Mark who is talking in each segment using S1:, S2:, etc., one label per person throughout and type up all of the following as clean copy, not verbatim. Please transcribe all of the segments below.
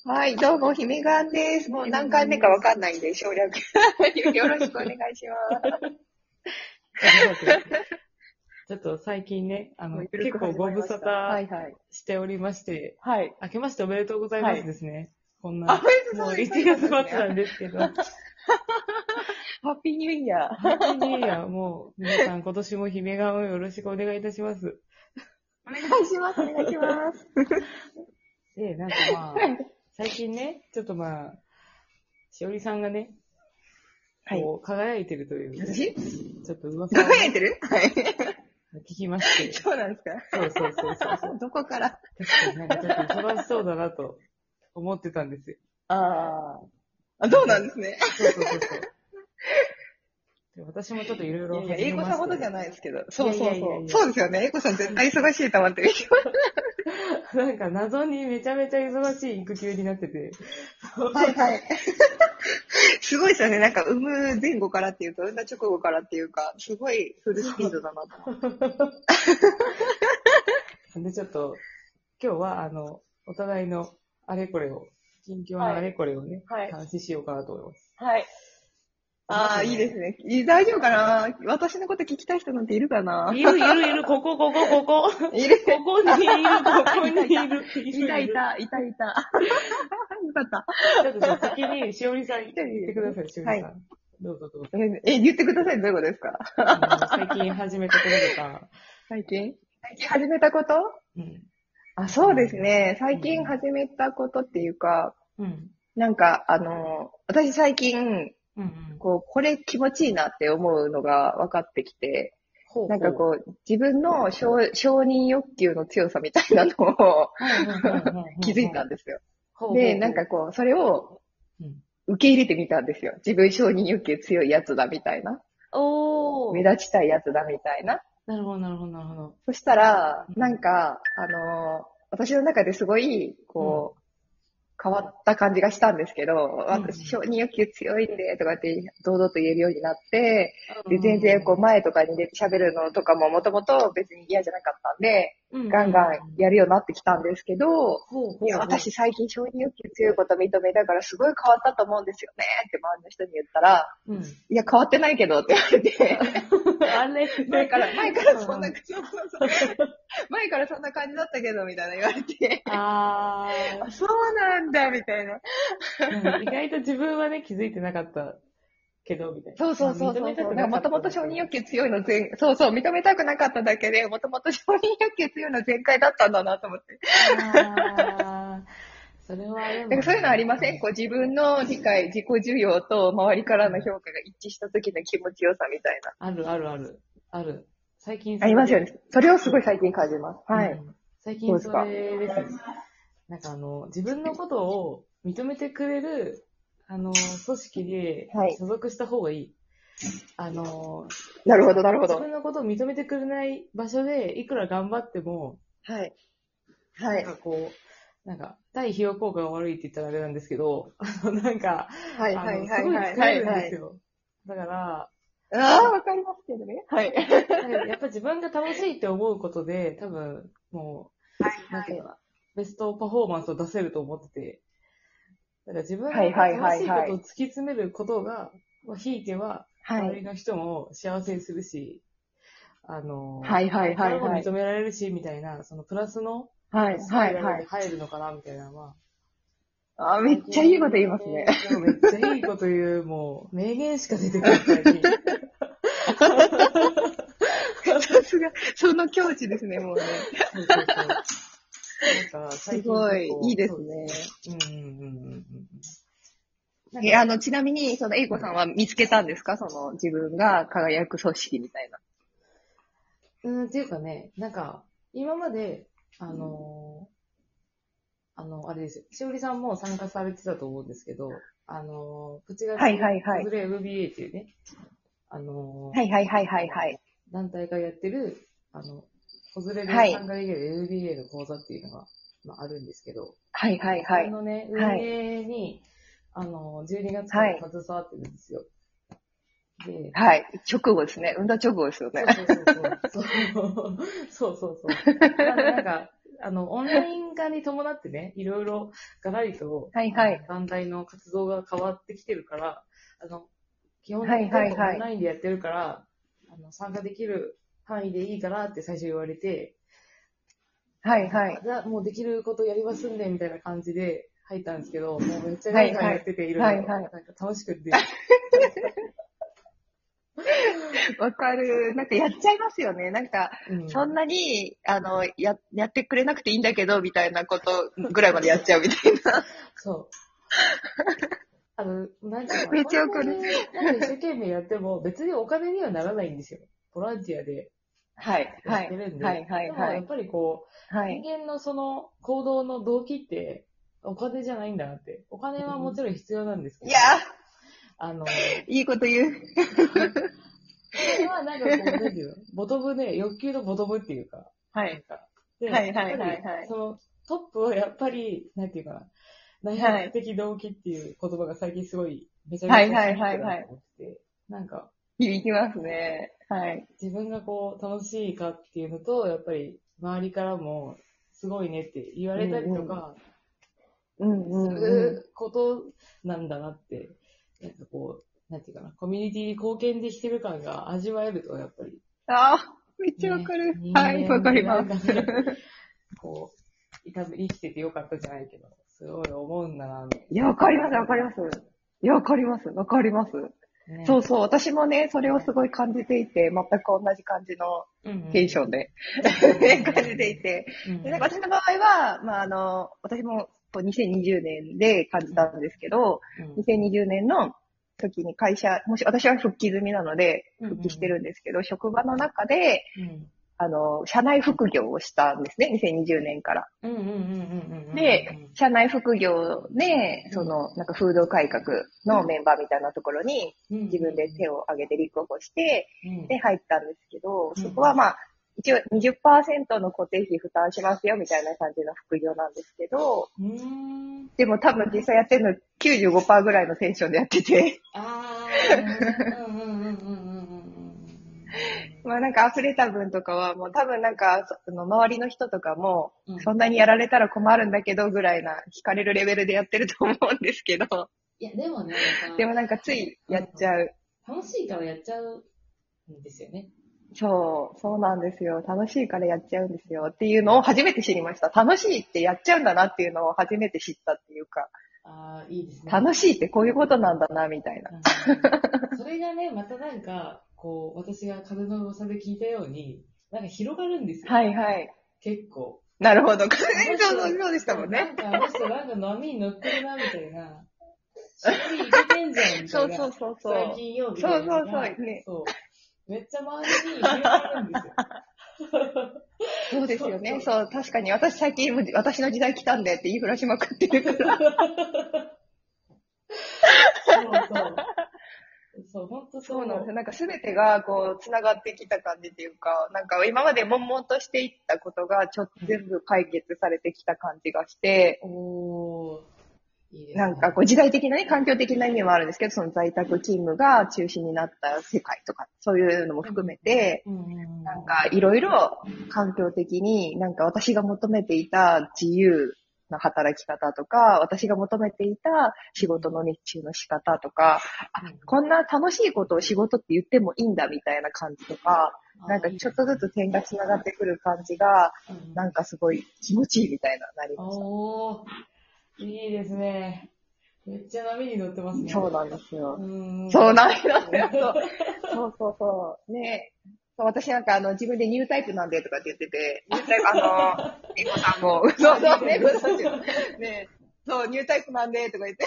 S1: はい、どうも、姫がんです。もう何回目かわかんないんで、省略。よろしくお願いします。
S2: ちょっと最近ね、
S1: もうゆるく
S2: 結構ご無沙
S1: 始まりました。は
S2: 汰
S1: いはい。
S2: しておりまして、
S1: はい。
S2: 明けましておめでとうございます
S1: はい。
S2: ですね。こん
S1: あ、
S2: な、
S1: おめでとう
S2: もう
S1: ございます。
S2: 1
S1: 最後
S2: 月末
S1: なんですね。
S2: なんですけど、
S1: ハッピーニューイヤー。
S2: ハッピーニューイヤー、もう皆さん今年も姫顔をよろしくお願いいたします。
S1: お願いします。お願いします。
S2: で、なんかまあ、最近ね、ちょっとまあ、しおりさんがね、
S1: はい。
S2: こう、輝いてるという、
S1: 私
S2: ちょっと噂をね、
S1: 輝いてるはい。
S2: 聞きまして、
S1: そうなんです
S2: そう。
S1: かどこから
S2: 確かになんかちょっと忙しそうだなと思ってたんですよ。
S1: ああ。そうなん
S2: で、
S1: ですね。
S2: そう。で私もちょっといろいろ
S1: いやいや、
S2: 始めまして。
S1: 英子さんほどじゃないですけど。
S2: いやいや
S1: そうそうそう。
S2: いやいや。
S1: そうですよね。英子さん絶対忙しいと思ってる。
S2: なんか謎にめちゃめちゃ忙しい育休になってて。
S1: はいはい。すごいですよね。なんか、産む前後からっていうと、産んだ直後からっていうか、すごいフルスピードだなと思って。
S2: で、ちょっと、今日はお互いのあれこれを、近況のあれこれをね、
S1: はい。
S2: 話しようかなと思います。
S1: はい。ああ、
S2: まずね、
S1: いいですね。大丈夫かな私のこと聞きたい人なんているかな
S2: いる、ここ。
S1: いる。
S2: ここにいる、ここにいる。
S1: いた。よかった。
S2: ちょっとじゃあ先に、しおりさん言ってください、しおり
S1: はい。
S2: さん。どうぞ。
S1: 言ってください。どういうことですか
S2: 最近始めたこととか、
S1: 最近始めたこと
S2: うん。
S1: あ、そうです
S2: う
S1: ね。最近
S2: ん。
S1: 始めたことっていうか、
S2: うん。
S1: なんか、私最近、
S2: うん。
S1: これ気持ちいいなって思うのが分かってきて、
S2: ほうほう。
S1: なんか自分の承認欲求の強さみたいなのを気づいたんですよ。で、なんかそれを
S2: うん。
S1: 受け入れてみたんですよ。自分承認欲求強いやつだみたいな。目
S2: おー。
S1: 立ちたいやつだみたいな。
S2: なるほど。
S1: そしたら、
S2: うん。
S1: 私の中ですごい、
S2: うん。
S1: 変わった感じがしたんですけど、
S2: うん。
S1: 私承認欲求強いんで、とかって堂々と言えるようになって、で、全然
S2: うん。
S1: 前とかに出て喋るのとかももともと別に嫌じゃなかったんで、
S2: うん。
S1: ガンガンやるようになってきたんですけど、いや、
S2: ほう。
S1: 私最近承認欲求強いこと認めながらすごい変わったと思うんですよねって周りの人に言ったら、
S2: うん。
S1: いや、変わってないけどって言われて、
S2: あれ
S1: 前からそんな、前からそんな感じだったけど、みたいな言われて、あ、そうなんだ、みたいな。
S2: なんか意外と自分はね、気づいてなかったけど、みたいな。まあ、認めたく
S1: なんか
S2: なかっ
S1: もともと承
S2: ただけで。
S1: 認欲求強いの認めたくなかっただけで、もともと承認欲求強いの全開だったんだなと思って。
S2: それはで
S1: なんかそういうのあり
S2: もね、
S1: ません自分の理解、自己需要と周りからの評価が一致した時の気持ちよさみたいな。
S2: ある。最近
S1: ありますよね。
S2: それで、
S1: それをすごい最近感じます。はい。
S2: うん。最近そ
S1: どうですか
S2: れですね。なんか自分のことを認めてくれる、組織で
S1: はい。
S2: 所属した方がいい。あの、
S1: なるほど、なるほど。
S2: 自分のことを認めてくれない場所でいくら頑張っても、
S1: はい。は
S2: なん
S1: い。
S2: かこ対費用効果が悪いって言ったらあれなんですけど、なんか、
S1: はいはい
S2: すごい
S1: はいはい
S2: 疲れるん
S1: はいはい。
S2: ですよ。だから、
S1: ああ、わかりますけどね。はい。
S2: やっぱ自分が楽しいって思うことで、多分、もう、なんていうかな、ベストパフォーマンスを出せると思ってて、だから自分がね、
S1: はいはい
S2: 楽し
S1: はいはい。
S2: いことを突き詰めることが、まあ、ひいては、
S1: はい。
S2: 周りの人も幸せにするし、
S1: はいはい
S2: 他からも
S1: はいはい。
S2: 認められるし、みたいな、そのプラスの
S1: はい
S2: スパイラルに
S1: はいはい。
S2: 入るのかな、みたいなのは、
S1: あー、めっ
S2: 最
S1: ちゃいいこと
S2: 近、
S1: 言いますね。
S2: そうめっちゃいいこと言う、もう、名言しか出てこない、最近。
S1: さすが、その境地ですね、もうね。
S2: そう。なんか、
S1: す
S2: 最近
S1: ごい、いい
S2: 結構、
S1: ですね。
S2: そうですね。なんか、
S1: ちなみに、その、英子さんは見つけたんですか自分が輝く組織みたいな。
S2: っていうかね、なんか、今まで、あれですよ。しおりさんも参加されてたと思うんですけど、プチ
S1: はい
S2: 学
S1: はいはい。
S2: 子連れ MBA っていうね、あの
S1: はいはいはいはいはい。
S2: 団体がやってる、子連れで
S1: はい。
S2: 参加できる MBA の講座っていうのが、まあ、あるんですけど、
S1: はいは
S2: なんかそ
S1: いはい。
S2: れのね、運
S1: はい。
S2: 営に、12月から
S1: はい。
S2: 携わってるんですよ。で、
S1: はい。直後ですね。産んだ直後ですよね。
S2: そう。そう。なんでなんか、 オンライン化に伴ってね、いろいろガラリと、
S1: はいはい。
S2: 団体の活動が変わってきてるから、基本
S1: はい
S2: 的に全部
S1: はいはい。
S2: オンラインでやってるから、参加できる範囲でいいからって最初言われて、
S1: はいはい。
S2: じゃあもうできることやりますんで、みたいな感じで入ったんですけど、もうめっちゃガンガン
S1: はいはい。
S2: やってて、いろいろ、
S1: はいはい。
S2: なんか楽しくて。
S1: わかる。なんかやっちゃいますよね。なんか、
S2: うん。
S1: そんなに、やってくれなくていいんだけど、みたいなことぐらいまでやっちゃうみたいな。
S2: そう。なんていうか、
S1: めっ
S2: そんな
S1: ちゃわかる。
S2: になんか一生懸命やっても別にお金にはならないんですよ。ボランティアで
S1: はい、
S2: やっ
S1: はい、
S2: てるんで。
S1: はい、はい、はい。
S2: でもやっぱりこう、
S1: はい。
S2: 人間のその行動の動機ってお金じゃないんだなって。お金はもちろん必要なんですけ
S1: いや
S2: ど、あの、
S1: ー、いいこと言う。
S2: それはなんかこう、なんていうの、ボトムで、欲求のボトムっていうか、
S1: はい。
S2: なんか、で、
S1: はい、はい、はい、
S2: やっぱり、
S1: はい。
S2: そのトップはやっぱり、なんていうかな、内
S1: はい。
S2: 発的動機っていう言葉が最近すごいめちゃ
S1: はい、
S2: めちゃ
S1: はい、はい、
S2: 響くなと
S1: はい。
S2: 思ってて、なんか、
S1: 響きますね。はい。
S2: 自分がこう楽しいかっていうのと、やっぱり周りからもすごいねって言わ
S1: う
S2: れたり
S1: んうん。
S2: とか
S1: うんう
S2: す
S1: んうん。
S2: ることなんだなって、なんかこう、なんていうかな、コミュニティに貢献できてる感が味わえると、やっぱり
S1: ああ、めっちゃわ
S2: ね、
S1: かる。
S2: 人
S1: はい、わ
S2: 間ってな
S1: かります。
S2: んかね、こう、多分生きててよかったじゃないけど、すごい思うんだな、みたい
S1: いや、わかります、わかります。いや、わかります、わかります。
S2: な。ね。
S1: そうそう、私もね、それをすごい感じていて、全く同じ感じの
S2: うんうん
S1: テンションで
S2: うん。うんうんうん
S1: 感じていて。
S2: うん。うん
S1: で、なんか私の場合は、私もこう2020年で感じたんですけど、
S2: うん。
S1: 2020年の時に会社、もし私は復帰済みなので、
S2: うんうん
S1: 復帰してるんですけど、職場の中で、
S2: うん。
S1: 社内副業をしたんですね、2020年から。
S2: うんうんうんうんうん
S1: で、社内副業で、
S2: うんうん。
S1: なんか風土改革のメンバーみたいなところに
S2: うんうん
S1: 自分で手を挙げて立候補して、
S2: うん。
S1: で、入ったんですけど、そこは
S2: うん
S1: まあ、一応20%の固定費負担しますよみたいな感じの副業なんですけど、
S2: うん。うーん。
S1: でも多分実際やってるの95%ぐらいのテンションでやってて、
S2: あー、なるほどね。うんうんうんうんうんうん
S1: まあなんか溢れた分とかはもう多分なんか、周りの人とかも、
S2: うんうん。うん。
S1: そんなにやられたら困るんだけどぐらいな、惹かれるレベルでやってると思うんですけど、
S2: いや、でもね、
S1: でもなんかついやっ
S2: うん、
S1: ちゃう。
S2: 楽しいからやっちゃうんですよね。
S1: そう、そうなんですよ。楽しいからやっちゃうんですよっていうのを初めて知りました。楽しいってやっちゃうんだなっていうのを初めて知ったっていうか、
S2: ああ、いいですね。
S1: 楽しいってこういうことなんだな、みたいな。
S2: うん、それがね、またなんか、こう、私が風の噂で聞いたように、なんか広がるんですよ。
S1: はいはい。
S2: 結構。
S1: なるほど。
S2: あの人、
S1: そうでした
S2: そう、な
S1: もんね。
S2: んかあの人なんか波に乗ってるな、みたいな。しっくりいけてんじゃん、みた
S1: そ
S2: いな。
S1: うそうそう
S2: 最
S1: そう。
S2: 近よ、みたい
S1: そうそうそう。
S2: なのが、
S1: ね。
S2: そう。めっちゃ周りに広がるんですよ。
S1: そうですよね。
S2: そうそう。
S1: そう、確かに私最近私の時代来たんでって言いふらしまくってるから。
S2: そうそう。そう、ほんとそ
S1: そうなんですよ。なんか全てがこう、繋がってきた感じっていうか、なんか今まで悶々としていったことがちょっと
S2: う。うん、
S1: 全部解決されてきた感じがして、
S2: おー、いいです
S1: なんか
S2: ね。
S1: こう時代的なね、環境的な意味もあるんですけど、その在宅勤務が中心になった世界とか、そういうのも含
S2: うん、
S1: めて、
S2: うん、うん、うん。
S1: なんかいろいろ環境的になんか私が求めていた自由な働き方とか、私が求めていた仕事の日中の仕方とか、
S2: うん、
S1: こんな楽しいことを仕事って言ってもいいんだみたいな感じとか、なん
S2: ああ、
S1: か
S2: いいですね。
S1: ちょっとずつ点が繋がってくる感じが、
S2: うん、
S1: なんかすごい気持ちいいみたいな、なりました。
S2: おー、いいですね。めっちゃ波に乗ってますね。
S1: そうなんですよ。
S2: うーん。
S1: そうなんですよ。そうそうそう。ね。そう私なんか自分でニュータイプなんでとかって言ってて、ニュータイプ、エコさんも、そう
S2: あ、
S1: そう、
S2: 聞いてる。
S1: ね、ご存知の。ね、そう、ニュータイプなんでとか言って、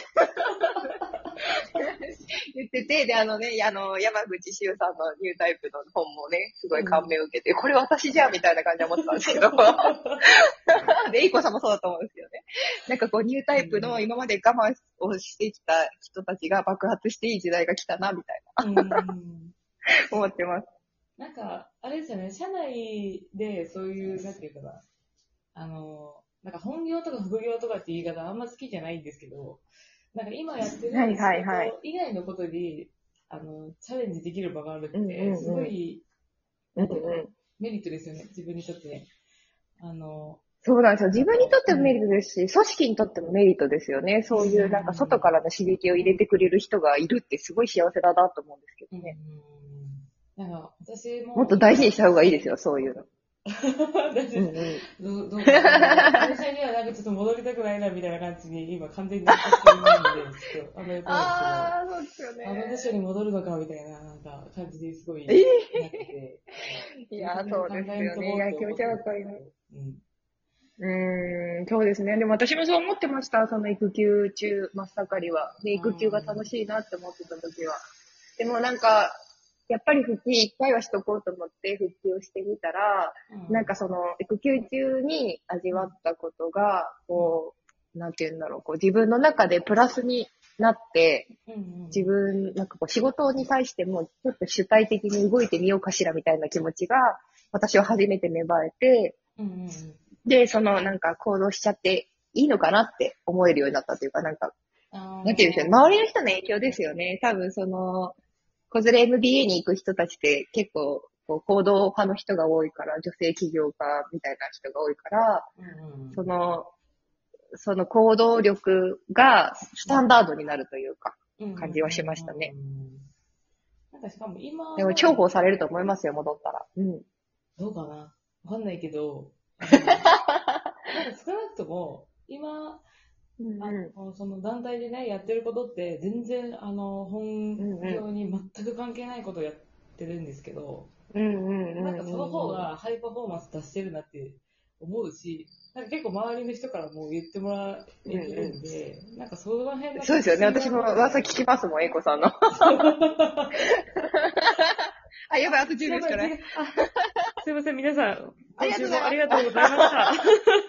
S1: 言ってて、で、山口周さんのニュータイプの本もね、すごい感
S2: うん。
S1: 銘を受けて、これ私じゃんみたいな感じで思ってたんですけど、で、エイコさんもそうだと思うんですよね。なんかこう、ニュータイプの今まで我慢をしてきた人たちが爆発していい時代が来たな、みたい
S2: うん。
S1: な、思ってます。
S2: なんか、あれですよね、社内でそういう、なんていうかな、なんか本業とか副業とかっていう言い方あんま好きじゃないんですけど、なんか今やって
S1: はい
S2: る仕
S1: はいはい。
S2: 事以外のことに、チャレンジできる場がある
S1: うん
S2: って、すご
S1: うんうん。
S2: い、
S1: うん
S2: なんていうかな、
S1: うん。
S2: メリットですよね、自分にとってね。
S1: そうなんですよ。自分にとってもメリットですし、組織にとってもメリットですよね。そういうなんか外からの刺激を入れてくれる人がいるってすごい幸せだなと思うんですけどね。
S2: なんか、私も。
S1: もっと大事にした方がいいですよ、そういうの。
S2: 大丈夫。どうかな。会社にはなんかちょっと戻りたくないなみたいな感じに今完全になってるんで、ちょっと
S1: そうですよね。
S2: あの部署に戻るのかみたいな、なんか感じですごいなってて。
S1: いや、そうですよね。いや、気持ちはわかります。
S2: うん
S1: そうですね。でも私もそう思ってました。その育休中、真っ盛りは。で、育休が楽しいなって思ってた時は。でもなんか、やっぱり復帰一回はしとこうと思って復帰をしてみたら、なんかその育休中に味わったことが、こう、なんて言うんだろう、こう自分の中でプラスになって、自分、なんかこう仕事に対してもちょっと主体的に動いてみようかしらみたいな気持ちが、私は初めて芽生えて、で、そのなんか行動しちゃっていいのかなって思えるようになったというか、なんか、なんて言うんでしょう、周りの人の影響ですよね。多分その、子連れ MBA に行く人たちって結構こう行動派の人が多いから、女性起業家みたいな人が多いから、その行動力がスタンダードになるというか、感じはしましたね。
S2: なんかしかも今。
S1: でも重宝されると思いますよ、戻ったら。
S2: どうかなわかんないけど、なんか少なくとも、今、その団体でね、やってることって、全然、本業に全く関係ないことをやってるんですけど、なんかその方がハイパフォーマンス出してるなって思うし、なんか結構周りの人からも言ってもらえてるんで、なんかその辺の。
S1: そうですよね。私も噂聞きますもん、エイコさんの。あ、やばい、あと10秒しかない。
S2: すいません、皆さん。今週もありがとうございました。